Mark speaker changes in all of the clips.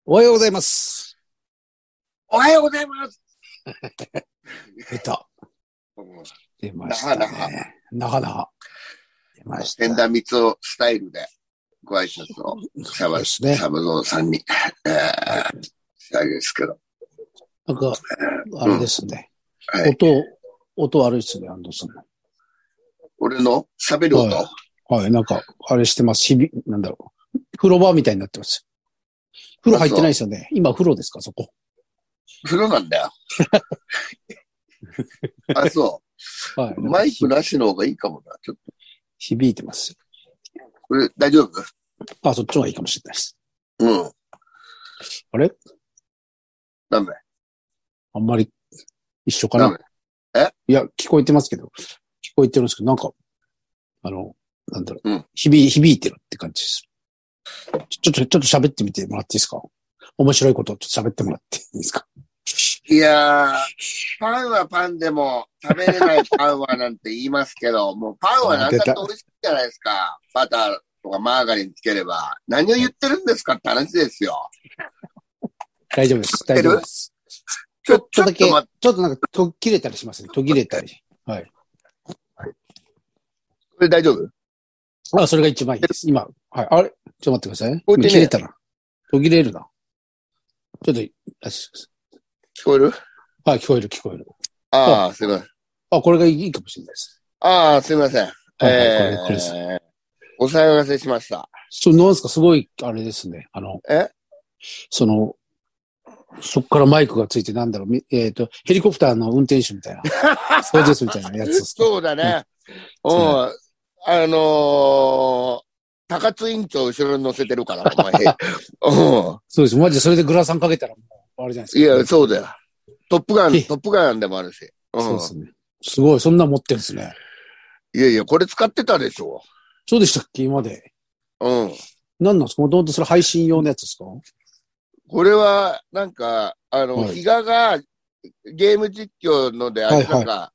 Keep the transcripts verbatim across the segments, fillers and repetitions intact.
Speaker 1: おはようございます。
Speaker 2: おはようございます。
Speaker 1: 出た。出ましたね。なかなか。出ました。
Speaker 2: 千田光雄スタイルでご挨拶をサバ、ね、サブゾウさんに、えー、したいですけど。
Speaker 1: なんか、あれですね。
Speaker 2: うんはい、
Speaker 1: 音、音悪いですね、安藤さんの。
Speaker 2: 俺の喋る音、
Speaker 1: はい、はい、なんか、あれしてます。ひび、なんだろう。風呂場みたいになってます。風呂入ってないですよね。今風呂ですか、そこ。
Speaker 2: 風呂なんだよ。あ、そう。はい、マイクなしの方がいいかもな、ちょっと。
Speaker 1: 響いてますよ。
Speaker 2: これ、大丈夫？
Speaker 1: あ、そっちの方がいいかもしれないです。
Speaker 2: うん。
Speaker 1: あれ？
Speaker 2: ダメ。
Speaker 1: あんまり一緒かな。
Speaker 2: ダメ。え？
Speaker 1: いや、聞こえてますけど、聞こえてるんですけど、なんか、あの、なんだろう。
Speaker 2: うん、
Speaker 1: 響、響いてるって感じです。ちょっと、ちょっと喋ってみてもらっていいですか？面白いことをちょっと喋ってもらっていいですか？
Speaker 2: いやー、パンはパンでも食べれないパンはなんて言いますけど、もうパンは何だって美味しいじゃないですか。バターとかマーガリンつければ。何を言ってるんですかって話ですよ。
Speaker 1: 大丈夫です。大丈夫です。ちょっとだけ、ちょっとなんか途切れたりしますね。途切れたり。はい。
Speaker 2: はい、これ大丈夫？
Speaker 1: あ、それが一番いいです。今。はい。あれちょっと待ってください。ね、切れたな。途切れるな。ちょっと、
Speaker 2: 聞こえる？
Speaker 1: はい、聞こえる、聞こえる。
Speaker 2: ああ、すいません。
Speaker 1: あ、これがいいかもしれないです。
Speaker 2: ああ、すいません。
Speaker 1: はいはい、
Speaker 2: えー、
Speaker 1: これ、これです。
Speaker 2: お騒がせしました。
Speaker 1: そう、なんですか、すごい、あれですね。あの、
Speaker 2: え
Speaker 1: その、そっからマイクがついてなんだろう、えっ、ー、と、ヘリコプターの運転手みたいな。そうですみたいなやつですか。
Speaker 2: そうだね。うん。あのー、高津委員長後ろに乗せてるから、お前。
Speaker 1: うん。そうです。マジでそれでグラサンかけたらもう、あれじゃないですか。
Speaker 2: いや、そうだよ。トップガン、トップガンでもあるし。
Speaker 1: うん、そうですね。すごい、そんな持ってるんですね。
Speaker 2: いやいや、これ使ってたでしょ。
Speaker 1: そうでしたっけ、今まで。
Speaker 2: うん。
Speaker 1: 何なんですか？もともとそれ配信用のやつですか？
Speaker 2: これは、なんか、あの、はい、比嘉がゲーム実況ので、あいつなんか、はいはい、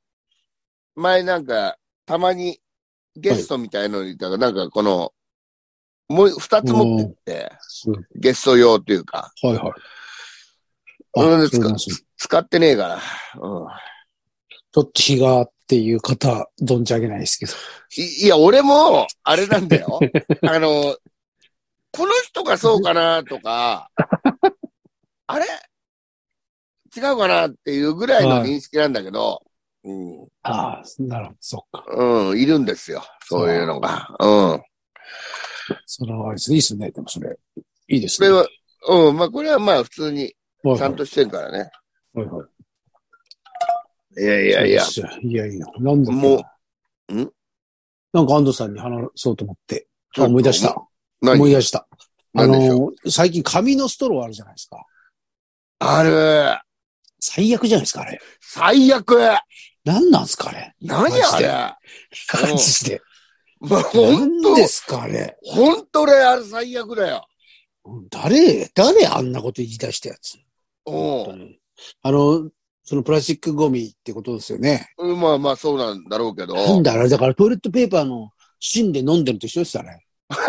Speaker 2: 前なんか、たまにゲストみたいのにいたから、はい、なんかこの、もう二つ持ってって、ゲスト用っていうか。
Speaker 1: はいはい。
Speaker 2: うん、使, 使ってねえから。うん。
Speaker 1: ちょっと日がっていう方、存じ上げないですけど。
Speaker 2: い, いや、俺も、あれなんだよ。あの、この人がそうかなとか、あれ違うかなっていうぐらいの認識なんだけど。
Speaker 1: うん、ああ、なるほど、そっか。
Speaker 2: うん、いるんですよ。そういうのが。うん。
Speaker 1: その、あれですね、いいですね。でもそれ、いいですね。
Speaker 2: これは、うん、まあこれはまあ普通に、ちゃんとしてるからね。
Speaker 1: はいはい。
Speaker 2: いやいやいや。
Speaker 1: いやいや、なんだっけ
Speaker 2: もう、ん
Speaker 1: なんか安藤さんに話そうと思って、思い出した。
Speaker 2: 何
Speaker 1: 思い出した。あの、最近紙のストローあるじゃないですか。
Speaker 2: ある。
Speaker 1: 最悪じゃないですか、あれ。
Speaker 2: 最悪。
Speaker 1: 何なんすか、あれ。
Speaker 2: 何あれ。
Speaker 1: マジで。
Speaker 2: まあ、本当
Speaker 1: ですか、あれ。
Speaker 2: 本当俺、あれ最悪だよ。
Speaker 1: 誰、誰あんなこと言い出したやつ。
Speaker 2: お
Speaker 1: あの、そのプラスチックゴミってことですよね。
Speaker 2: うん、まあまあそうなんだろうけど。
Speaker 1: なんだあれ、だからトイレットペーパーの芯で飲んでると一緒ですよね。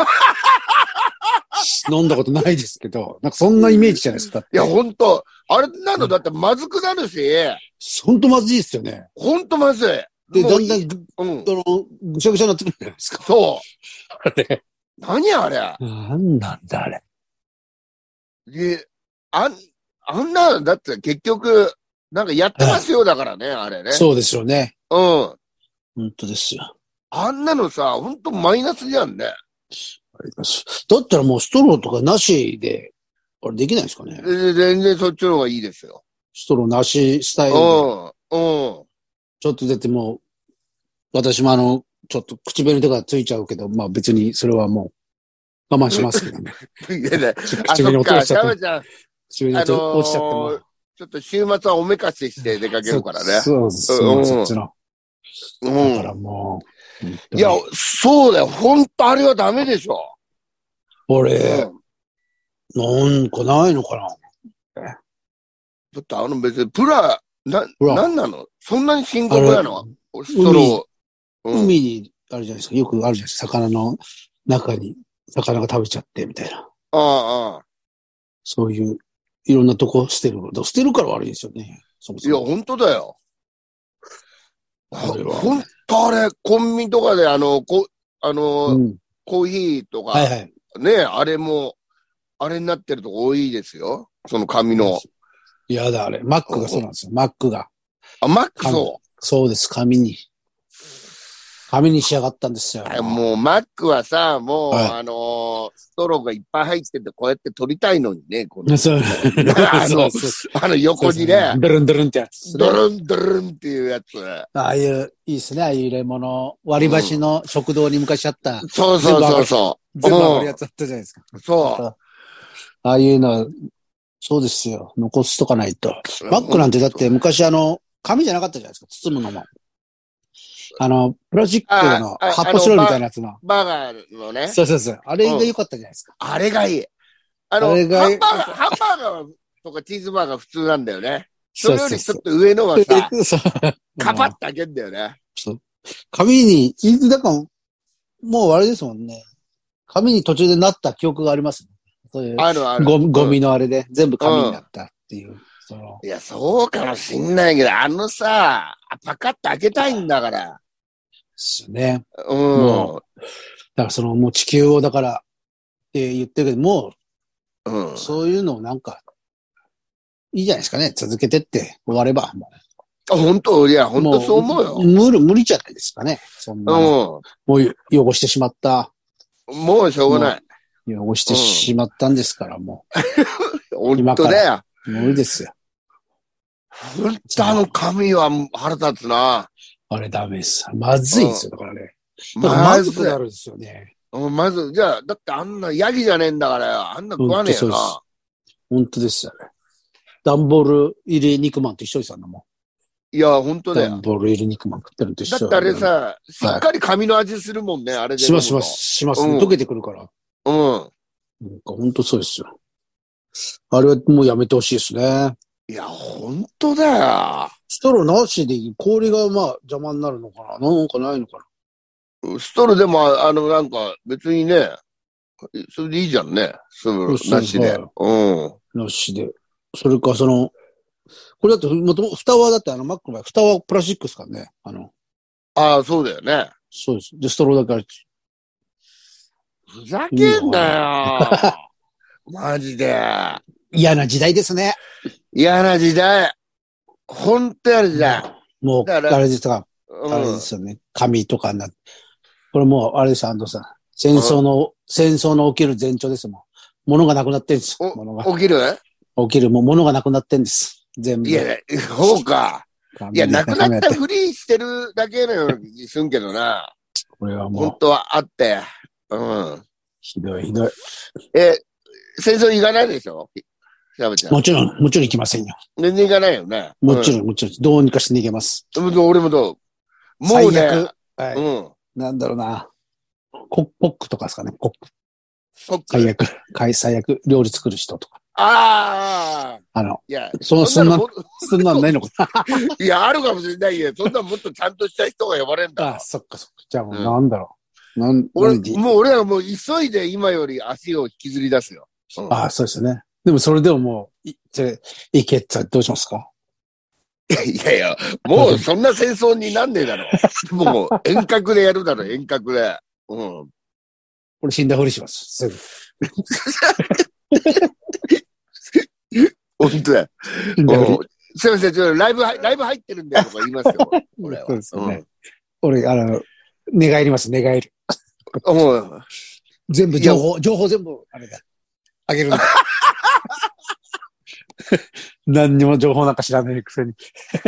Speaker 1: 飲んだことないですけど、なんかそんなイメージじゃないですか。
Speaker 2: いや、ほんと、あれなのだってまずくなるし。
Speaker 1: ほんとまずいですよね。
Speaker 2: ほんとまずい。
Speaker 1: で、だんだん、うん、あの、ぐしゃぐしゃになってくるじゃないですか。
Speaker 2: そう。
Speaker 1: あれ。
Speaker 2: 何あれ。
Speaker 1: なんなんだあれ。
Speaker 2: で、あん、あんな、だって結局、なんかやってますよ、だからね、あれね。
Speaker 1: そうですよね。
Speaker 2: うん。
Speaker 1: 本当ですよ。
Speaker 2: あんなのさ、ほんとマイナスじゃんね。
Speaker 1: だったらもうストローとかなしで、あれできないですかね。
Speaker 2: 全然そっちの方がいいですよ。
Speaker 1: ストローなしスタイルで。
Speaker 2: うん。うん。
Speaker 1: ちょっとだってもう、私もあの、ちょっと口紅とかついちゃうけど、まあ別にそれはもう我慢しますけどね。
Speaker 2: いやね、
Speaker 1: 口紅落としちゃって。
Speaker 2: 口紅落ちちゃっても。ちょっと週末はおめかしして出かけるからね。
Speaker 1: そうそう、うん、そっちの。うん。だからも
Speaker 2: う。いや、そうだよ。ほんとあれはダメでしょ。
Speaker 1: 俺、うん、なんかないのかな。
Speaker 2: だってあの別にプラ、な、なんなのそんなに深刻なのストロ
Speaker 1: ー。うん、海にあるじゃないですか。よくあるじゃないですか。魚の中に魚が食べちゃってみたいな。
Speaker 2: ああ、ああ。
Speaker 1: そういう、いろんなとこ捨てる。捨てるから悪いですよね。そもそも
Speaker 2: いや、本当だよ。
Speaker 1: これは。
Speaker 2: ほんとあれ、コンビニとかであの、こあの、
Speaker 1: うん、
Speaker 2: コーヒーとか、
Speaker 1: はいはい。
Speaker 2: ね、あれも、あれになってるとこ多いですよ。その紙の。
Speaker 1: いやだ、あれ。マックがそうなんですよ。マックが。
Speaker 2: あ、マックそう。
Speaker 1: そうです、紙に。紙に仕上がったんですよ。
Speaker 2: もう、マックはさ、もう、
Speaker 1: はい、
Speaker 2: あのー、ストローがいっぱい入ってて、こうやって取りたいのにね、この、
Speaker 1: そう。
Speaker 2: あの、あの横にね、
Speaker 1: ドルンドルンってやつですね。
Speaker 2: ドルンドルンっていうやつ。
Speaker 1: ああいう、いいですね。ああいう入れ物。割り箸の食堂に昔あった。
Speaker 2: うん、そうそうそうそう。
Speaker 1: 全部上がるやつあったじゃないですか。
Speaker 2: そう。
Speaker 1: ああいうのは、そうですよ。残しとかないと。マックなんてだって昔あの、紙じゃなかったじゃないですか。包むのも。あの、プラスチックの発泡スチロールみたいなやつの。
Speaker 2: バーガーのね。
Speaker 1: そうそうそう。あれが良かったじゃないですか。
Speaker 2: あれがいい。あの、ハンバーガー、ハンバーガーとかチーズバーガー普通なんだよね。それよりちょっと上のはさ、カパッと開けんだよね。
Speaker 1: そう。紙に、だから、もうあれですもんね。紙に途中でなった記憶がありますね。そういう。
Speaker 2: あるある。
Speaker 1: ゴミ、ゴミのあれで、全部紙になったっていう。
Speaker 2: そのいや、そうかもしんないけど、あのさ、パカッと開けたいんだから。
Speaker 1: ですよね。
Speaker 2: うん。
Speaker 1: もう、だからその、もう地球をだから、って言ってるけど、もう、うん、そういうのをなんか、いいじゃないですかね。続けてって終われば。
Speaker 2: あ、本当いや、本当そう思うよ。
Speaker 1: 無理、無理じゃないですかね。そんな。うん。もう汚してしまった。
Speaker 2: もうしょうがない。
Speaker 1: 汚してしまったんですから、も
Speaker 2: う。本当だよ。
Speaker 1: 無理ですよ。
Speaker 2: 本当あの紙は腹立つな。
Speaker 1: あれダメです。まずいですよ、だからね。
Speaker 2: だ
Speaker 1: からまずくなるんですよね。
Speaker 2: まず、じゃあ、だってあんなヤギじゃねえんだからよ。あんな食わねえよな。
Speaker 1: 本当ですよね。段ボール入り肉まんと一緒ですよ、も
Speaker 2: う。いや、本当だよ。
Speaker 1: 段ボール入り肉まん食ってると一緒
Speaker 2: だってあれさ、しっかり紙の味するもんね、あれで。
Speaker 1: しますします、します。溶けてくるから。
Speaker 2: うん。なんか
Speaker 1: 本当そうですよ。あれはもうやめてほしいですね。
Speaker 2: いや、本当だよ。
Speaker 1: ストローなしで氷がまあ邪魔になるのかななんかないのか
Speaker 2: なストローでも、あの、なんか別にね、それでいいじゃんね。ストローなしで。うん。
Speaker 1: なしで。それか、その、これだって、もともと、蓋はだってあの、マックの場合、蓋はプラスチックですからね。あの。
Speaker 2: ああ、そうだよね。
Speaker 1: そうです。で、ストローだから。
Speaker 2: ふざけんなよ。マジで。
Speaker 1: 嫌な時代ですね。
Speaker 2: 嫌な時代。ほんと嫌な時代。
Speaker 1: もう、あれですか、うん、あれですよね。紙とかな。これもう、あれです、安藤さん。戦争の、戦争の起きる前兆ですもん。物がなくなってんです。物が。
Speaker 2: 起きる
Speaker 1: 起きる。もう物がなくなってんです。全部。
Speaker 2: いや、そうか。いや、なくなったふりしてるだけのようにすんけどな。
Speaker 1: これはもう。
Speaker 2: 本当はあって。うん。
Speaker 1: ひどいひどい。
Speaker 2: え、戦争行かないでしょ
Speaker 1: もちろん、もちろん行きませんよ。
Speaker 2: 全然行かないよね。
Speaker 1: もちろん、うん、もちろん。どうにかして逃げます。
Speaker 2: 俺もどうもうね。最悪。
Speaker 1: はい。うん。なんだろうな。コックとかですかね。コック。
Speaker 2: コック。
Speaker 1: 最悪。最悪。料理作る人とか。
Speaker 2: ああ。
Speaker 1: あの、
Speaker 2: いや、
Speaker 1: その、そんな、そんなんないのかな。
Speaker 2: いや、あるかもしれないよ。そんなもっとちゃんとした人が呼ばれるんだ。
Speaker 1: ああ、そっかそっか。じゃあもうなんだろう。うん、なん
Speaker 2: 俺、もう俺はもう急いで今より足を引きずり出すよ。
Speaker 1: うん、ああ、そうですよね。でもそれでももう、い、いけってどうしますか？
Speaker 2: いやいや、もうそんな戦争になんねえだろ。もう遠隔でやるだろ、遠隔で。うん。
Speaker 1: 俺死んだふりします。すぐ。
Speaker 2: 本当だよ。すいません、ちょっとライブ、ライブ入ってるんだよとか言いますよ。俺は。そうですね。
Speaker 1: うん、俺、あの、寝返ります、寝返り。
Speaker 2: もう。
Speaker 1: 全部情報、情報全部、あれだ。あげるんだ。何にも情報なんか知らないくせに。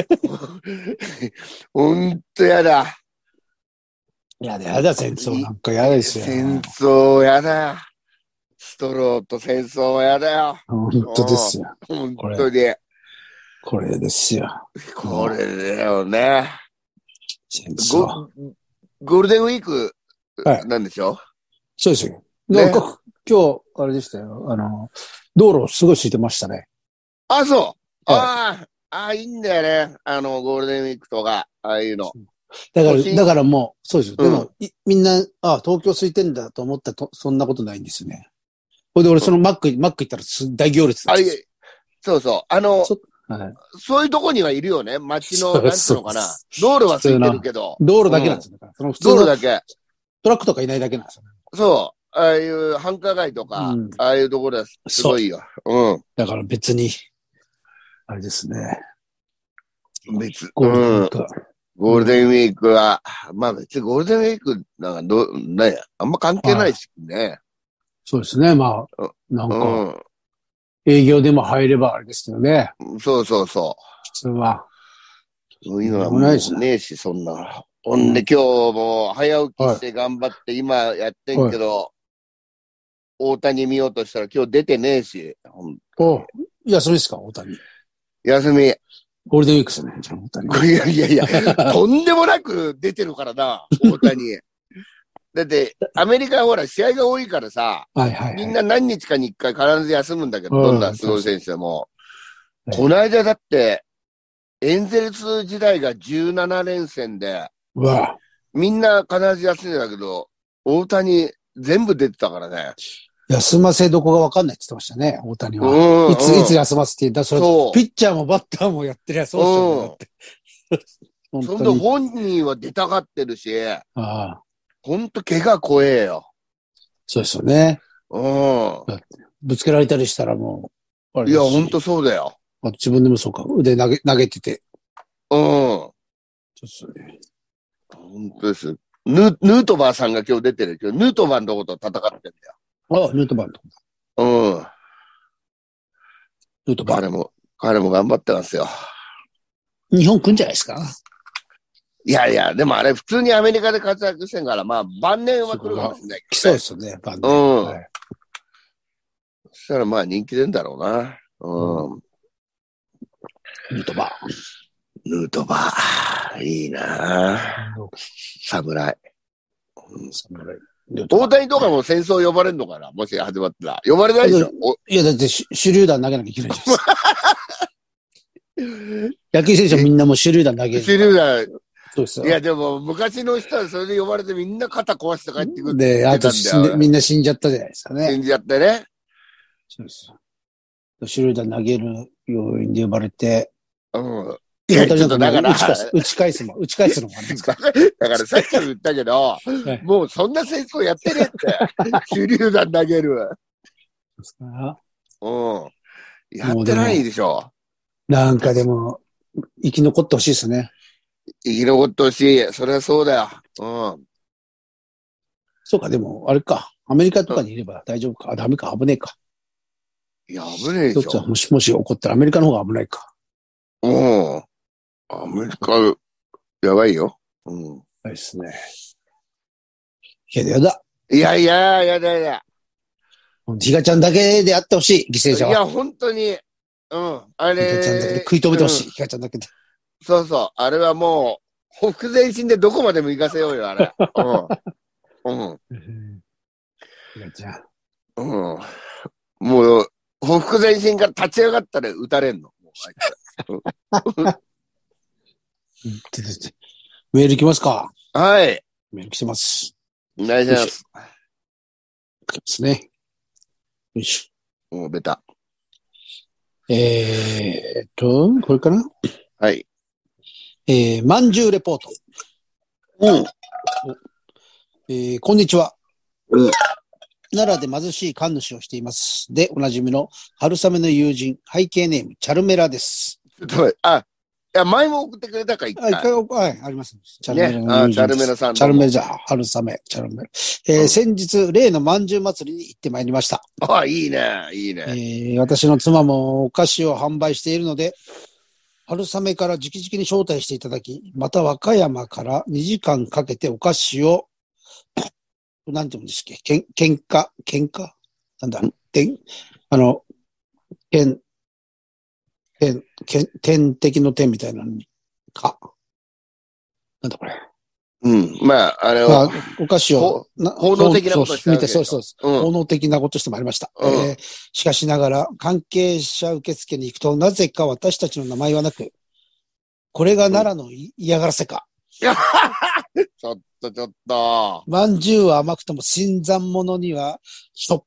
Speaker 2: ほんとやだ。
Speaker 1: やだやだ、戦争なんかやだですよ。
Speaker 2: 戦争やだ。ストローと戦争やだよ。
Speaker 1: 本当ですよ。
Speaker 2: 本当に。
Speaker 1: これですよ。
Speaker 2: これだよね。
Speaker 1: 戦争。
Speaker 2: ゴ, ゴールデンウィークなんでしょ、はい、
Speaker 1: そうですよ。なんか、今日、あれでしたよ。あの、道路すごい空いてましたね。
Speaker 2: あ、そう。はい、ああ、ああ、いいんだよね。あの、ゴールデンウィークとか、ああいうの。
Speaker 1: だから、だからもう、そうですよ。でも、うん、みんな、ああ、東京空いてんだと思ったと、そんなことないんですよね。 ほいで俺そのマック、マック行ったら大行列だったんですよ。
Speaker 2: そうそう。あの、そ、
Speaker 1: はい、
Speaker 2: そういうとこにはいるよね。街の、なんていうのかな。道路は空いてるけど。
Speaker 1: 道路だけなんですよ。うん、その普通の
Speaker 2: 道路だけ。
Speaker 1: トラックとかいないだけなんですよね。
Speaker 2: そう。ああいう繁華街とか、うん、ああいうところはすごいよ。う。うん。
Speaker 1: だから別に、あれですね。
Speaker 2: 別、ゴールデンウィーク。うん、ゴールデンウィークは、うん、まあ別にゴールデンウィークなんかど、ね、あんま関係ないしね。はい、
Speaker 1: そうですね。まあ、なんか、うん、営業でも入ればあれですよね。
Speaker 2: そうそうそう。
Speaker 1: 普通は。
Speaker 2: そういうのはもうねえし、そんな。ほんで今日も早起きして頑張って今やってんけど、はい、大谷見ようとしたら今日出てねえし。
Speaker 1: お休みですか、大谷。
Speaker 2: 休み。
Speaker 1: ゴールデンウィークですね、じゃあ大谷。
Speaker 2: いやいやいや、とんでもなく出てるからな、大谷。だって、アメリカはほら、試合が多いからさ、
Speaker 1: はいはいはい、
Speaker 2: みんな何日かに一回必ず休むんだけど、どんなすごい選手でも。この間だって、エンゼルス時代がじゅうななれんせんで、
Speaker 1: うわ
Speaker 2: みんな必ず休んでたけど、大谷全部出てたからね。
Speaker 1: 休ませどこが分かんないって言ってましたね、大谷は。うんうん、いつ、いつ休ませて言ったら、それ、そうピッチャーもバッターもやってりゃそうですよね。
Speaker 2: うん、そんで本人は出たがってるし、ああほんと怪我怖えよ。
Speaker 1: そうですよね。
Speaker 2: うん。
Speaker 1: ぶつけられたりしたらもう、
Speaker 2: あれいや、ほんとそうだよ。
Speaker 1: あ自分でもそうか、腕投げ、投げてて。
Speaker 2: うん。そうですね。本当です。ヌ、ヌートバーさんが今日出てるけど、ヌートバーのとこと戦ってんだよ。
Speaker 1: ああ、ヌートバーのとこ
Speaker 2: だ。うん。
Speaker 1: ヌートバー。
Speaker 2: 彼も、彼も頑張ってますよ。
Speaker 1: 日本来んじゃないですか。
Speaker 2: いやいや、でもあれ普通にアメリカで活躍してんから、まあ晩年は来るかもしれないけ
Speaker 1: ど、ね。そうですよね、晩年。
Speaker 2: うん。はい、そしたらまあ人気出んだろうな。うん。うん、
Speaker 1: ヌートバー。
Speaker 2: ヌートバー。いいな侍。うん、侍。大谷とかも戦争呼ばれんのかなもし始まったら。呼ばれないでしょ
Speaker 1: いや、だって手榴弾投げなきゃいけないじゃないですか。野球選手はみんなもう手榴弾投げる。
Speaker 2: 手榴弾。
Speaker 1: そうですよ。
Speaker 2: いや、でも昔の人はそれで呼ばれてみんな肩壊して帰ってくる。
Speaker 1: で、あと死んで、みんな死んじゃったじゃないですかね。
Speaker 2: 死んじゃってね。
Speaker 1: そうです。手榴弾投げる要因で呼ばれて。
Speaker 2: うん。
Speaker 1: いや、ちょっとだから、打ち返すも、打ち返すのもありますか。
Speaker 2: だからさっきも言ったけど、はい、もうそんな戦争やってねえって。手榴弾投げる。
Speaker 1: ですか
Speaker 2: うん。やってないでしょ。
Speaker 1: なんかでも、生き残ってほしいですね。
Speaker 2: 生き残ってほしい。それはそうだよ。うん。
Speaker 1: そうか、でも、あれか。アメリカとかにいれば大丈夫か。あ、ダメか。危ねえか。
Speaker 2: いや、危ねえでしょ。
Speaker 1: もしもし起こったらアメリカの方が危ないか。
Speaker 2: うん。アメリカ、やばいよ。うん。
Speaker 1: やばいですね。いやだやだ。
Speaker 2: いやいや、やだやだ。
Speaker 1: ヒガちゃんだけであってほしい、犠牲者は。
Speaker 2: いや、本当に。うん。あれ。
Speaker 1: ヒガちゃんだけで食い止めてほしい、うん、ヒガちゃんだけで。
Speaker 2: そうそう。あれはもう、ほふ前進でどこまでも行かせようよ、あれ。うん。うん。
Speaker 1: ヒガちゃん。
Speaker 2: うん。もう、ほふ前進から立ち上がったら撃たれんの。もうあいつ
Speaker 1: メール来ますか。
Speaker 2: はい。
Speaker 1: メール来てます。
Speaker 2: お願いします。
Speaker 1: 来ますね。よいし
Speaker 2: ょ。もうベタ。
Speaker 1: えーっと、これかな。
Speaker 2: はい。
Speaker 1: えー、まんじゅうレポート。
Speaker 2: うん。
Speaker 1: えー、こんにちは。
Speaker 2: うん。
Speaker 1: 奈良で貧しい神主をしています。で、おなじみの春雨の友人、背景ネーム、チャルメラです。
Speaker 2: ちょっと待って、あ、いや、前も送ってくれたか、一回。
Speaker 1: はい、はい、あります。
Speaker 2: チャルメラの友人です。ね、チャルメラさん。
Speaker 1: チャルメラじゃ、春雨、チャルメラ。えーうん、先日、例のまんじゅう祭りに行ってまいりました。
Speaker 2: あ、いいね、いいね。
Speaker 1: えー、私の妻もお菓子を販売しているので、春雨から直々に招待していただき、また和歌山からにじかんかけてお菓子を、なんて言うんですっけ、けん、けんか、けんかなんだ、てん、あの、けん、けん、けん、天敵の天みたいなのに、か。なんだこれ。
Speaker 2: うん。まあ、あれ
Speaker 1: は、お菓子を、
Speaker 2: 奉納的なことして
Speaker 1: 見て、そうそうそう。奉納的なことしてまいりました。
Speaker 2: うん、
Speaker 1: えー、しかしながら、関係者受付に行くと、なぜか私たちの名前はなく、これが奈良の嫌がらせか。
Speaker 2: ちょっとちょっと。
Speaker 1: まんじゅうは甘くとも新参者には、しょっ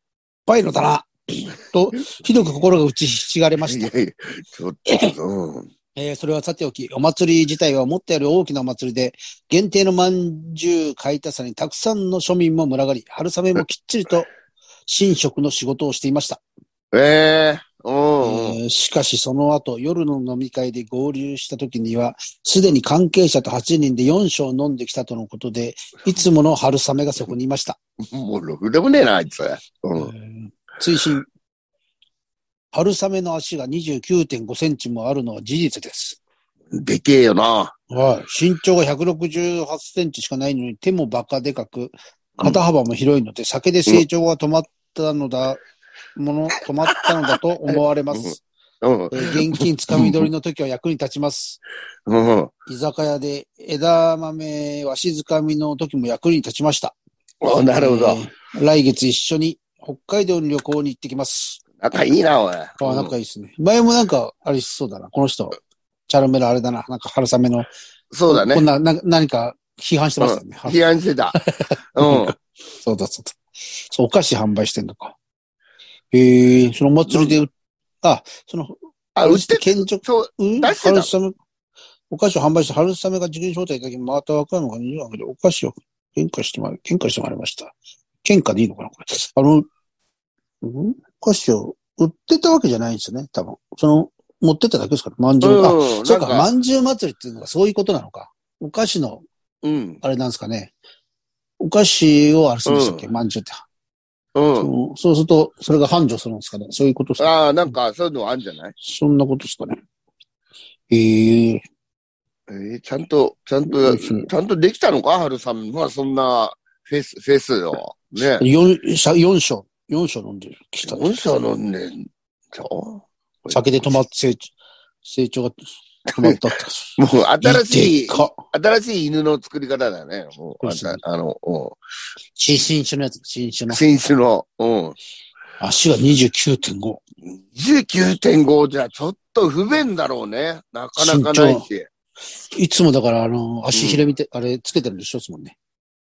Speaker 1: ぱいのだな。と、ひどく心が打ちひしがれました。
Speaker 2: いやいやちょっと、うん。
Speaker 1: えー、それはさておき、お祭り自体は思ったより大きなお祭りで、限定の饅頭買いたさにたくさんの庶民も群がり、春雨もきっちりと神職の仕事をしていました。
Speaker 2: ええー、うん、うん
Speaker 1: えー、しかしその後、夜の飲み会で合流した時には、すでに関係者とはちにんでよんしょう飲んできたとのことで、いつもの春雨がそこにいました。
Speaker 2: もうろくでもねえな、あいつ。うん、
Speaker 1: えー、追伸。春雨の足が にじゅうきゅうてんごセンチもあるのは事実です。
Speaker 2: でけえよな。
Speaker 1: はい。身長がひゃくろくじゅうはちセンチしかないのに手もバカでかく、肩幅も広いので、酒で成長が止まったのだ、もの、止まったのだと思われます。うん、えー、現金つかみ取りの時は役に立ちます。うん、居酒屋で枝豆わしづかみの時も役に立ちました。
Speaker 2: あ、なるほど、え
Speaker 1: ー。来月一緒に北海道に旅行に行ってきます。
Speaker 2: 仲いいな、おい。
Speaker 1: ああ、仲いいですね。前もなんか、あれしそうだな。この人、チャルメラあれだな。なんか春雨の。
Speaker 2: そうだね。
Speaker 1: こんな、な何か批判してましたね。
Speaker 2: うん、批判してた。うん。
Speaker 1: そうだそうだ。そう、お菓子販売してんのか。へえ、そのお祭りで、あ、その、
Speaker 2: あ、売って
Speaker 1: 県庁、
Speaker 2: そう、
Speaker 1: うん、
Speaker 2: 出してた。
Speaker 1: 春雨、お菓子を販売して春雨が受験招待だけ回ったわかるのかに、お菓子を喧嘩してまい、喧嘩してまいりました。喧嘩でいいのかなこれ。あの、うん、お菓子を売ってたわけじゃないんですよね、多分。その、持ってっただけですから、まんじゅう。うん、あ、そうか、まんじゅう祭りっていうのがそういうことなのか。お菓子の、うん。あれなんですかね。お菓子をあれするんでしたっけ、まんじゅうって。うん。そう、そうすると、それが繁盛するんですかね。そういうことですか、ね。
Speaker 2: ああ、なんか、そういうのあるんじゃない？
Speaker 1: そんなことですかね。ええー。
Speaker 2: ええー、ちゃんと、ちゃんと、ちゃんとできたのか春雨。まあ、そんな、フェス、フェスを。ね。
Speaker 1: 四、四章、四章飲んでる。
Speaker 2: 四章飲んでんじゃん。
Speaker 1: 酒で止まって、成長、成長が止まったって。
Speaker 2: もう、新しい、新しい犬の作り方だね。もう、あたあの、うん。
Speaker 1: 新種のやつ、新種の。
Speaker 2: 新種の、うん。
Speaker 1: 足が にじゅうきゅうてんご。
Speaker 2: にじゅうきゅうてんご じゃちょっと不便だろうね。なかなかないし。
Speaker 1: いつもだから、あの、足ひれみて、うん、あれつけてるんでしょですもんね。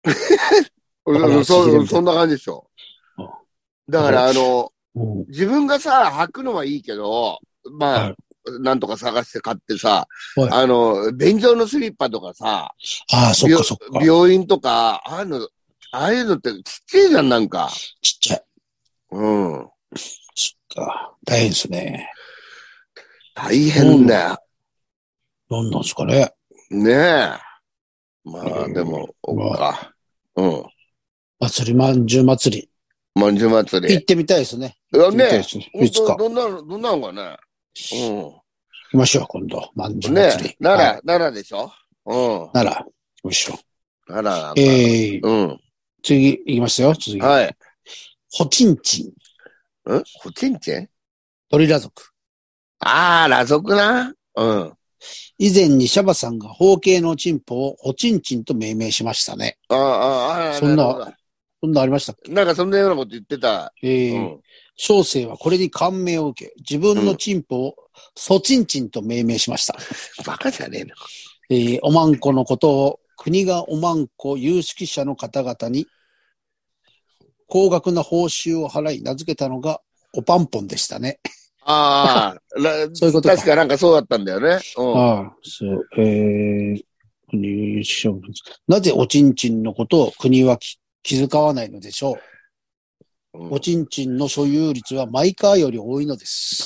Speaker 2: そ, そんな感じでしょ。だから、あの、うん、自分がさ、履くのはいいけど、まあ、はい、なんとか探して買ってさ、はい、あの、便所のスリッパとかさ、
Speaker 1: ああ、そっかそっか。
Speaker 2: 病院とか、ああいうの、ああいうのってちっちゃいじゃん、なんか。
Speaker 1: ちっちゃい。
Speaker 2: うん。
Speaker 1: そっか。大変ですね。
Speaker 2: 大変だよ。
Speaker 1: なんなんですかね。
Speaker 2: ねえ。まあ、でも、おっか。うん。
Speaker 1: 祭り、まんじゅう祭り。
Speaker 2: まんじゅう祭り。
Speaker 1: 行ってみたいですね。
Speaker 2: いやね。
Speaker 1: いつか。
Speaker 2: どんなの、どんなのかね。うん。
Speaker 1: 行きましょう、今度。まんじゅう祭り。
Speaker 2: ね、奈良、はい、奈良でしょ。うん。
Speaker 1: 奈良。行きましょう。
Speaker 2: 奈良なんだ。
Speaker 1: えー、
Speaker 2: うん。
Speaker 1: 次、行きますよ、次。
Speaker 2: はい。
Speaker 1: ホチンチン。
Speaker 2: んホチンチン
Speaker 1: 鳥裸族。
Speaker 2: ああ、裸族な。うん。
Speaker 1: 以前にシャバさんが包茎のチンポをホチンチンと命名しましたね。
Speaker 2: ああ、ああ、
Speaker 1: そんな、そんなありましたっけ？
Speaker 2: なんかそんなようなこと言ってた。
Speaker 1: ええー。うん、小生はこれに感銘を受け、自分のチンポをソチンチンと命名しました。
Speaker 2: うん、バカじゃねえの。
Speaker 1: えー、おまんこのことを国がおまんこ有識者の方々に高額な報酬を払い名付けたのがおパンポンでしたね。
Speaker 2: ああ、そういうことか。確かなんかそうだったんだよね。
Speaker 1: うん、ああ、そう。えー、なぜおちんちんのことを国は気遣わないのでしょう、うん、おちんちんの所有率はマイカーより多いのです。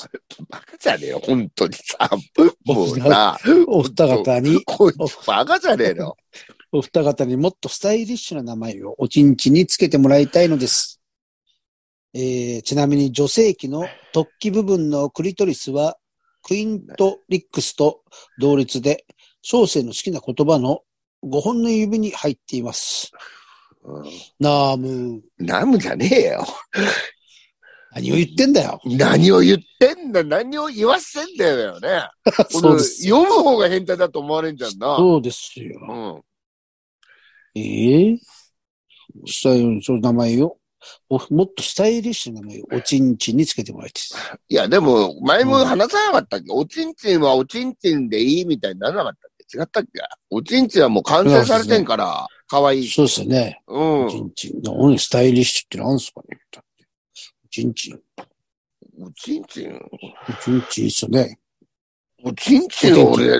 Speaker 2: バカじゃねえよ、本当にさ。もうさ、
Speaker 1: お二方に、
Speaker 2: バカじゃねえの。
Speaker 1: お二方にもっとスタイリッシュな名前をおちんちんにつけてもらいたいのです。えー、ちなみに女性器の突起部分のクリトリスはクイントリックスと同率で小生の好きな言葉のごほんの指に入っています。うん、ナーム。
Speaker 2: ナームじゃねえよ。
Speaker 1: 何を言ってんだよ。
Speaker 2: 何を言ってんだ何を言わせんだよね。そうです。読む方が変態だと思われんじゃんな。
Speaker 1: そうですよ。うん、ええー、その名前をもっとスタイリッシュな名前をおちんちんにつけてもらいたい。
Speaker 2: いや、でも、前も話さなかったっけ、うん、おちんちんはおちんちんでいいみたいにならなかったっけ違ったっけおちんちんはもう完成されてんから、かわいい。
Speaker 1: そうですよね。うん。おちんちん。何スタイリッシュって何すかねおちんちん。
Speaker 2: おちんちん。
Speaker 1: おちんちんいいっすよね。
Speaker 2: おちんちんは俺、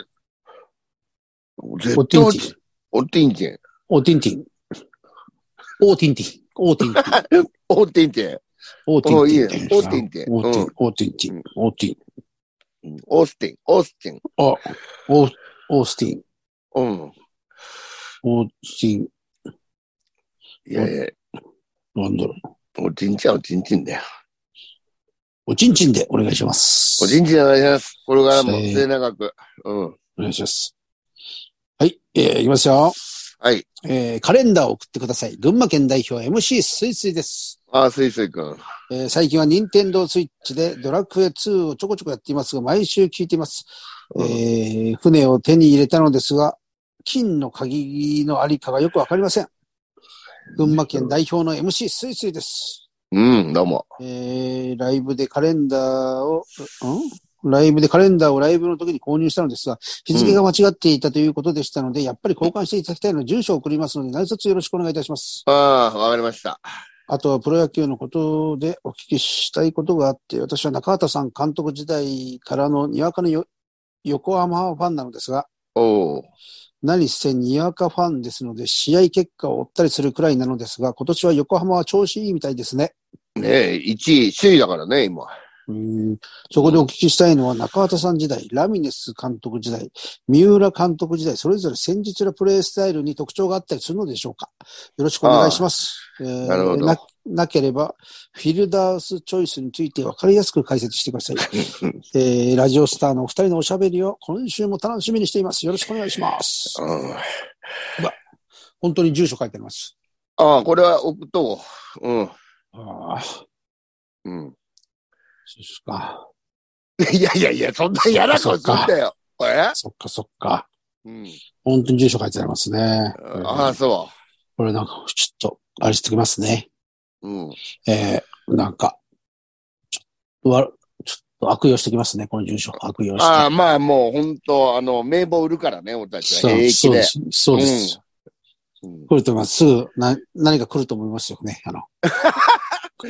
Speaker 2: 絶対おちん、おちんちん。
Speaker 1: おてんてん。おてんてん。おてんてん。
Speaker 2: おてんてん。
Speaker 1: おてんてん。
Speaker 2: おてんてん。おてんてん。
Speaker 1: おてん、おてんてん。おてん。
Speaker 2: オースティン。オースティン。
Speaker 1: あ、オオースティン。
Speaker 2: うん。
Speaker 1: オースティン。
Speaker 2: いやいや。
Speaker 1: なんだろ
Speaker 2: う。おちんちんはおちんちんだよ。
Speaker 1: おちんちんでお願いします。
Speaker 2: おちんちんお願いします。これからも末永く。うん。
Speaker 1: お願いします。はい、えー、いきますよ。
Speaker 2: はい。
Speaker 1: えー、カレンダーを送ってください。群馬県代表 エムシー スイスイです。
Speaker 2: ああ、スイスイくん。
Speaker 1: えー、最近は任天堂スイッチでドラクエツーをちょこちょこやっていますが、毎週聞いています。うん、えー、船を手に入れたのですが、金の鍵のありかがよくわかりません。群馬県代表の エムシー スイスイです。
Speaker 2: うん、どうも。
Speaker 1: えー、ライブでカレンダーを、んライブでカレンダーをライブの時に購入したのですが、日付が間違っていたということでしたので、うん、やっぱり交換していただきたいので、住所を送りますので、何卒よろしくお願いいたします。
Speaker 2: ああ、わかりました。
Speaker 1: あとはプロ野球のことでお聞きしたいことがあって、私は中畑さん監督時代からのにわかのよ横浜ファンなのですが、
Speaker 2: お
Speaker 1: 何せにわかファンですので、試合結果を追ったりするくらいなのですが、今年は横浜は調子いいみたいですね。
Speaker 2: ねえ、いちい、首位だからね、今。
Speaker 1: うんそこでお聞きしたいのは、中畑さん時代、ラミネス監督時代、三浦監督時代、それぞれ戦術のプレースタイルに特徴があったりするのでしょうか。よろしくお願いします。えー、なるほど。な、なければ、フィルダースチョイスについて分かりやすく解説してください。えー、ラジオスターのお二人のおしゃべりを今週も楽しみにしています。よろしくお願いします。うん、本当に住所書いてあります。
Speaker 2: ああ、これは送っとこう。うん。
Speaker 1: ああ。
Speaker 2: うん。
Speaker 1: そうですか。
Speaker 2: いやいやいや、そんな嫌な顔すんだよ。え
Speaker 1: そっかそっか。
Speaker 2: うん。
Speaker 1: 本当に住所書いてありますね。
Speaker 2: ああ、そう。
Speaker 1: これなんか、ちょっと、あれしてきますね。
Speaker 2: うん。
Speaker 1: えー、なんか、ちょっと、わ、ちょっと悪用してきますね、この住所。悪用して。
Speaker 2: ああ、まあもう本当、あの、名簿売るからね、俺たちは平気で。
Speaker 1: そうです。そうです。うん、来ると思います。すぐ、な、何か来ると思いますよね、あの。
Speaker 2: うん。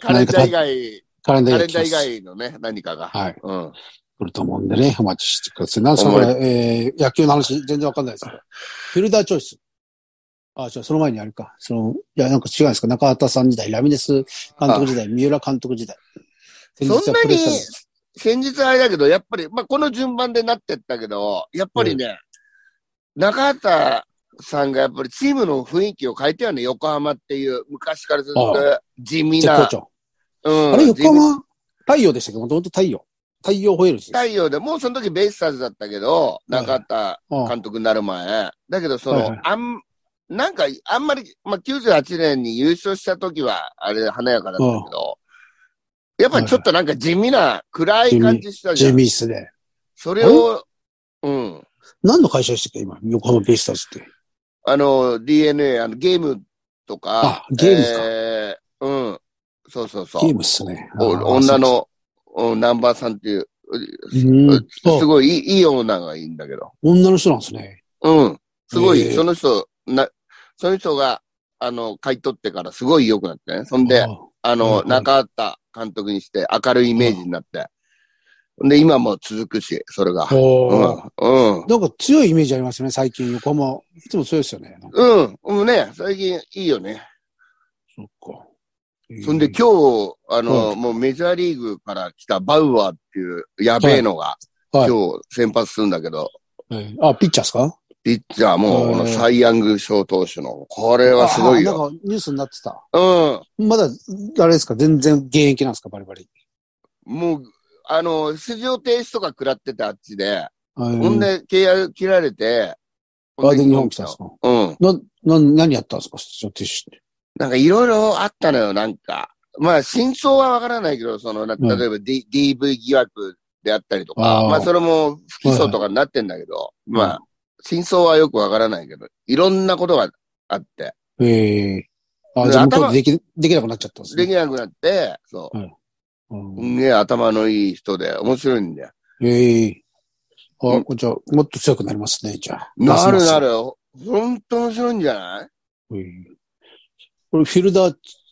Speaker 2: カレンダー以外、
Speaker 1: カレンダ
Speaker 2: ー以外のね、何かが。
Speaker 1: はい。
Speaker 2: うん。
Speaker 1: 来ると思うんでね、お待ちしてください。なんですかこれ、えー、野球の話全然わかんないですけど。フィルダーチョイス。あ、じゃあその前にあれか。その、いや、なんか違うんですか中畑さん時代、ラミネス監督時代、三浦監督時代。
Speaker 2: そんなに、先日あれだけど、やっぱり、まあ、この順番でなってったけど、やっぱりね、うん、中畑さんがやっぱりチームの雰囲気を変えたよね、横浜っていう、昔からずっと地味な。
Speaker 1: 絶好調。うん。あれ、横浜、太陽でしたっけもともと太陽。太陽ホエールズです。
Speaker 2: 太陽で、もうその時ベイスターズだったけど、中畑監督になる前。だけど、その、はいはい、あん、なんか、あんまり、まあ、きゅうじゅうはちねんに優勝した時は、あれ、華やかだったけど、やっぱりちょっとなんか地味な、暗い感じしたじゃん。
Speaker 1: 地味っすね。
Speaker 2: それを、うん。
Speaker 1: 何の会社でしたっけ今、横浜ベイスターズって。
Speaker 2: あの、ディーエヌエー、あの、ゲームとか。
Speaker 1: あ、ゲームですか。
Speaker 2: えー、うん。そうそうそう。
Speaker 1: ゲームっすね。
Speaker 2: 女の、ナンバーさんっていう、うん、すごいいい、いいオーナーがいいんだけど。
Speaker 1: 女の人なんですね。
Speaker 2: うん。すごい、その人、な、その人が、あの、買い取ってからすごい良くなってね。そんで、あ, あの、中畑監督にして明るいイメージになって。で、今も続くし、それが。うん。うん。
Speaker 1: なんか強いイメージありますよね、最近。横浜。いつも強いですよね。
Speaker 2: うん。うんね、最近いいよね。
Speaker 1: そっか。
Speaker 2: そんで今日、あの、はい、もうメジャーリーグから来たバウアーっていうやべえのが、はい、今日先発するんだけど。
Speaker 1: はい、あ、ピッチャーですか
Speaker 2: ピッチャーも、このサイヤング賞投手の、これはすごいよ。
Speaker 1: なんかニュースになってた。
Speaker 2: うん。
Speaker 1: まだ、あれですか全然現役なんですかバリバリ。
Speaker 2: もう、あの、出場停止とか食らっててあっちで、ほんで契約切られて、
Speaker 1: あ、で日本来たんですかうん。な、な、何やったんですか出場停止って。
Speaker 2: なんかいろいろあったのよ、なんか。まあ、真相はわからないけど、その、例えば、D ディーブイ 疑惑であったりとか、あまあ、それも不起訴とかになってんだけど、はいはい、まあ、真相はよくわからないけど、いろんなことがあって。
Speaker 1: へえー。あ、じゃあ向こうででき、できなくなっちゃったんですね。
Speaker 2: できなくなって、そう。はい、うん、ね頭のいい人で、面白いんだよ。
Speaker 1: へえー。あ、うん、じゃあ、もっと強くなりますね、じゃあ。
Speaker 2: なるなる。ほんと面白いんじゃない
Speaker 1: へえー。これフィルダー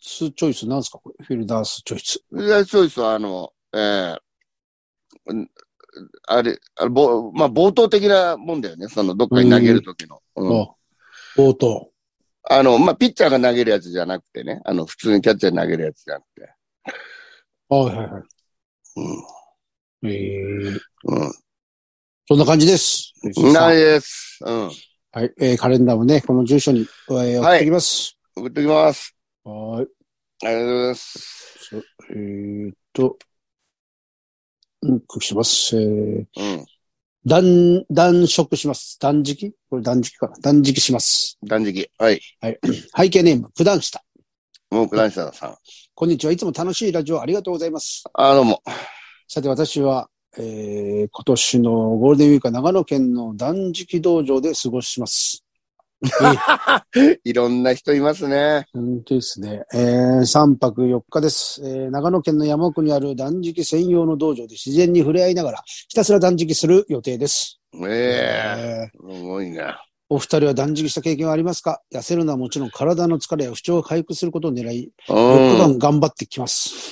Speaker 1: スチョイスなんですかこれ。フィルダースチョイス。
Speaker 2: フィルダースチョイスは、あの、えー、あれ、あれぼまあ、冒頭的なもんだよね。その、どっかに投げるときの。うん、
Speaker 1: 冒頭。
Speaker 2: あの、まあ、ピッチャーが投げるやつじゃなくてね。あの、普通にキャッチャーに投げるやつじゃなくて。
Speaker 1: はいはいはい。うん。ええー。うん。そんな感じです。
Speaker 2: ないです。うん。
Speaker 1: はい。えー、カレンダーもね、この住所に、えー、送ってきます。
Speaker 2: はい。送ってきます。
Speaker 1: はい。
Speaker 2: ありがとうございます。
Speaker 1: えー、っと、うん、します。えー、うん。断、断食します。断食これ断食かな断食します。
Speaker 2: 断食。はい。
Speaker 1: はい。背景ネーム、九段下。
Speaker 2: もう九段下さん。
Speaker 1: こんにちは。いつも楽しいラジオありがとうございます。
Speaker 2: あ、どうも。
Speaker 1: さて私は、えー、今年のゴールデンウィークは長野県の断食道場で過ごします。
Speaker 2: いろんな人いますね。
Speaker 1: 本当ですね。えー、さんぱくよっかです、えー。長野県の山奥にある断食専用の道場で自然に触れ合いながらひたすら断食する予定です。
Speaker 2: えー、えー、すごいな。
Speaker 1: お二人は断食した経験はありますか？痩せるのはもちろん体の疲れや不調を回復することを狙い、よっかかん頑張ってきます。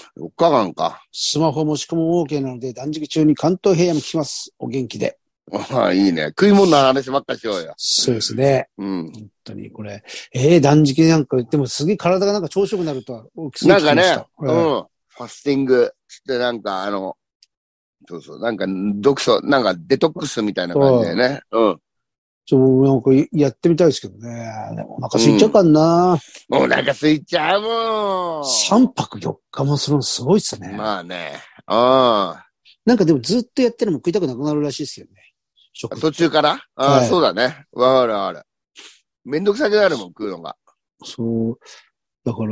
Speaker 2: よっかかんか。
Speaker 1: スマホ持ち込む OK なので断食中に関東平野も聞きます。お元気で。
Speaker 2: ああ、いいね。食い物の話ばっかしようよ。
Speaker 1: そうですね。
Speaker 2: うん。
Speaker 1: 本当にこれ。えー、断食なんか、でもすげえ体がなんか調子よくなるとは大き
Speaker 2: なんかね、うん。ファスティングしてなんかあの、そうそう、なんか毒素、なんかデトックスみたいな感じでね。うん。
Speaker 1: ちょ、なんかやってみたいですけどね。お腹空いちゃうかな、
Speaker 2: うん、お腹空いちゃうもん。
Speaker 1: さんぱくよっかもするのすごいっすね。
Speaker 2: まあね。ああ。
Speaker 1: なんかでもずっとやってるのも食いたくなくなるらしいですよね。
Speaker 2: 食途中からああ、はい、そうだね。わかるわかる。めんどくさくなるもん、食うのが。
Speaker 1: そう。だから、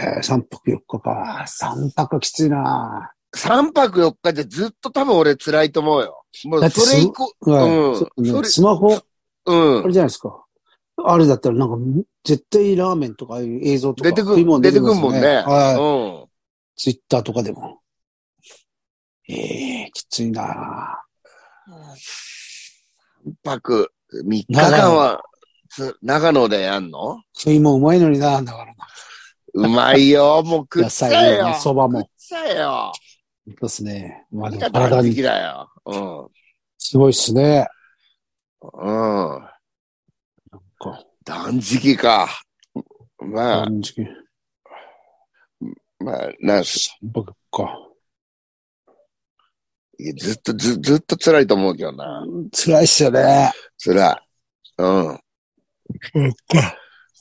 Speaker 1: えー、さんぱくよっかか。さんぱくきついな
Speaker 2: さんぱくよっかでずっと多分俺辛いと思うよ。もうそれ以降、
Speaker 1: はい、うん。それスマホ、うん。あれじゃないですか。あれだったらなんか、絶対ラーメンとかいう映像とか
Speaker 2: 出てくる、出てくるもんね。
Speaker 1: はい。うん。ツイッターとかでも。ええー、きついなぁ。
Speaker 2: さんぱくみっかかんは、長野でやんの？
Speaker 1: 食いもうまいのにな、だからな。
Speaker 2: うまいよ、もう食っちゃえよ。
Speaker 1: そばも。
Speaker 2: 食っちゃえよ。
Speaker 1: そうですね。
Speaker 2: まあでも体に。だよ。うん。
Speaker 1: すごいっすね。
Speaker 2: うん。なんか。断食か。まあ。断食。まあ、なんす。
Speaker 1: さんぱくか。
Speaker 2: ずっと、ず、ずっと辛いと思うけどな。
Speaker 1: 辛いっすよね。
Speaker 2: 辛い。うん。そっか。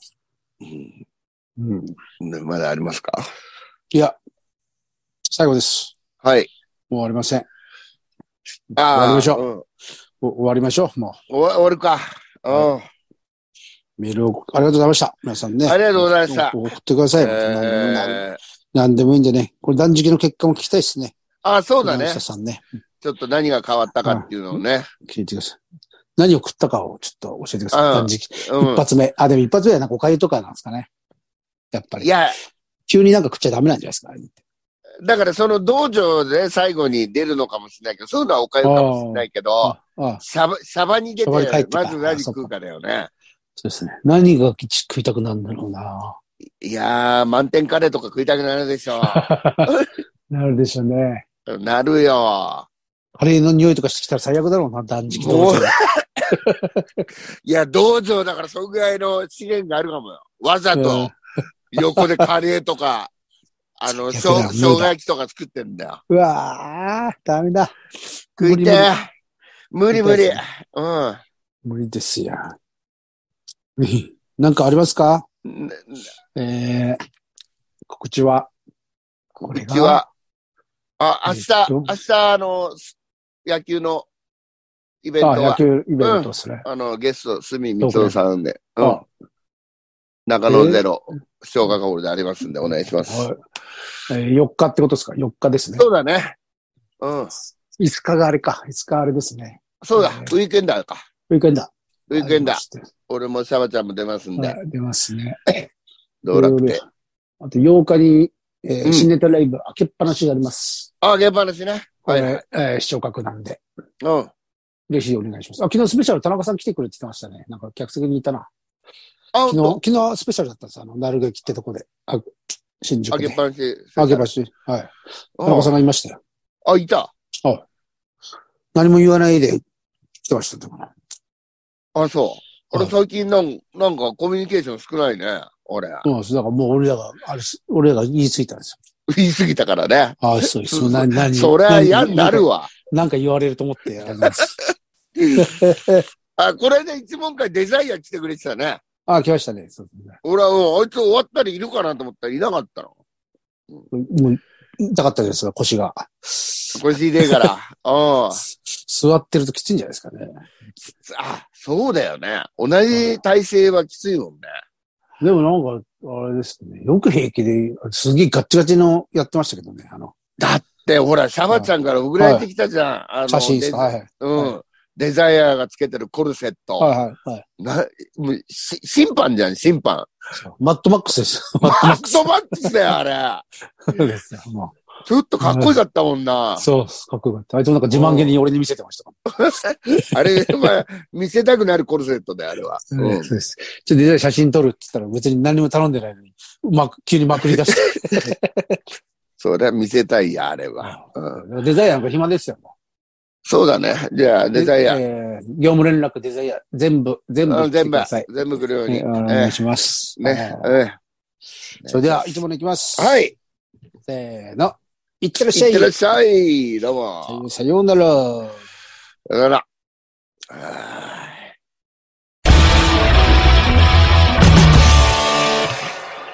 Speaker 1: うん。
Speaker 2: うん。まだありますか？
Speaker 1: いや、最後です。
Speaker 2: はい。
Speaker 1: もう終わりません。
Speaker 2: ああ。
Speaker 1: 終わりましょう。うん、終わりましょう、も
Speaker 2: う。終わるか。うん。はい、
Speaker 1: メールをありがとうございました。皆さんね。
Speaker 2: ありがとうございました。
Speaker 1: 送ってください。えー、何でもいいんでね。これ断食の結果も聞きたいですね。
Speaker 2: ああ、そうだね。
Speaker 1: さんね。
Speaker 2: ちょっと何が変わったかっていうのをね。
Speaker 1: 聞いてください。何を食ったかをちょっと教えてください。断食。うん、一発目。あ、でも一発目はなんかお粥とかなんですかね。やっぱり。いや。急になんか食っちゃダメなんじゃないですか。
Speaker 2: だからその道場で最後に出るのかもしれないけど、そういうのはお粥かもしれないけど、シャバ、シャバに出て、まず何食うかだよね。
Speaker 1: そうですね。何が食いたくなるんだろうな。
Speaker 2: いやー、満点カレーとか食いたくなるでしょ。
Speaker 1: なるでしょうね。
Speaker 2: なるよ。
Speaker 1: カレーの匂いとかしてきたら最悪だろうな、断食道場。
Speaker 2: いや、道場だからそのぐらいの資源があるかもよ。わざと、横でカレーとか、あの、生姜焼きとか作ってんだよ。
Speaker 1: うわー、ダメだ。
Speaker 2: 食いて。無理無理。うん。
Speaker 1: 無理ですよ。なんかありますか？えー、告知は。
Speaker 2: 告知は。あ、明日、明日、あの、野球のイベントは。
Speaker 1: あ、野球イベントですね。
Speaker 2: うん、あの、ゲスト、すみみつおさんで。うん。中野ゼロ、小学校でありますんで、お願いします。はい
Speaker 1: えー、よっかってことですか？ よっ 日ですね。
Speaker 2: そうだね。うん。
Speaker 1: いつかがあれか。いつかあれですね。
Speaker 2: そうだ、えー、ウィークエンダーか。
Speaker 1: ウィークエンダー。
Speaker 2: ウィークエンダー。俺もシャバちゃんも出ますんで。
Speaker 1: はい、出ますね。
Speaker 2: 道楽で。
Speaker 1: あとようかに、えーうん、新ネタライブ開けっぱなしがあります。
Speaker 2: あ、開けっぱなしね。
Speaker 1: はい、はい。えー、視聴覚なんで。
Speaker 2: うん。
Speaker 1: ぜひお願いします。あ、昨日スペシャル田中さん来てくれって言ってましたね。なんか客席にいたな。
Speaker 2: あ、
Speaker 1: 昨日、昨日スペシャルだったんですよ。あの、なる劇ってとこで。あ新宿で。
Speaker 2: あげっぱなし。
Speaker 1: あげっぱなし。はい。田中さんがいましたよ。
Speaker 2: あ、いた。
Speaker 1: はい。何も言わないで来てましたってかな。
Speaker 2: あ、そう。俺最近なん、なんかコミュニケーション少ないね。俺。
Speaker 1: そうです。だからもう俺らが、あれ、俺らが言い過ぎたんですよ。
Speaker 2: 言い過ぎたからね。
Speaker 1: ああ、そうです。そ何、何、
Speaker 2: そりゃ嫌になるわ。
Speaker 1: なんか言われると思って。
Speaker 2: あ、これで一問会デザイア来てくれてたね。
Speaker 1: ああ、来ましたね。そうですね。
Speaker 2: 俺はもう、あいつ終わったらいるかなと思ったらいなかったの。
Speaker 1: もう、痛かったですが、腰が。
Speaker 2: 腰痛いから。うん。
Speaker 1: 座ってるときついんじゃないですかね。
Speaker 2: あ、そうだよね。同じ体勢はきついもんね。
Speaker 1: でもなんか、あれですね。よく平気で、すげえガッチガチのやってましたけどね。あの。
Speaker 2: だって、ほら、シャバちゃんから送られてきたじゃん。はい、あの
Speaker 1: 写真ですか。はいはい。
Speaker 2: うん。
Speaker 1: はい、
Speaker 2: デザイアがつけてるコルセット。
Speaker 1: はいはいはい。
Speaker 2: な、もうし審判じゃん、審判。
Speaker 1: マットマックスです。
Speaker 2: マットマックスだよ、あれ。
Speaker 1: そうですよ、もう。
Speaker 2: ちょっとかっこよかったもんな。
Speaker 1: そう、かっこよかった。あいつもなんか自慢げに俺に見せてました。
Speaker 2: あれ、まあ、見せたくなるコルセットで、あれは。
Speaker 1: うん、そうです。ちょっとデザイン写真撮るって言ったら別に何も頼んでないのに、うまく、急にまくり出して。
Speaker 2: それは見せたいや、あれは。
Speaker 1: うん、デザインなんか暇ですよ、もう。
Speaker 2: そうだね。じゃあ、デザイア。
Speaker 1: えー、業務連絡デザイア、全部、全部
Speaker 2: 全部、全部来るように。
Speaker 1: えー、お願いします。
Speaker 2: ね。えー、
Speaker 1: それでは、いつものいきます。
Speaker 2: はい。
Speaker 1: せーの。いってらっしゃい。
Speaker 2: いってらっしゃい。どうも。
Speaker 1: さようなら。
Speaker 2: さようなら。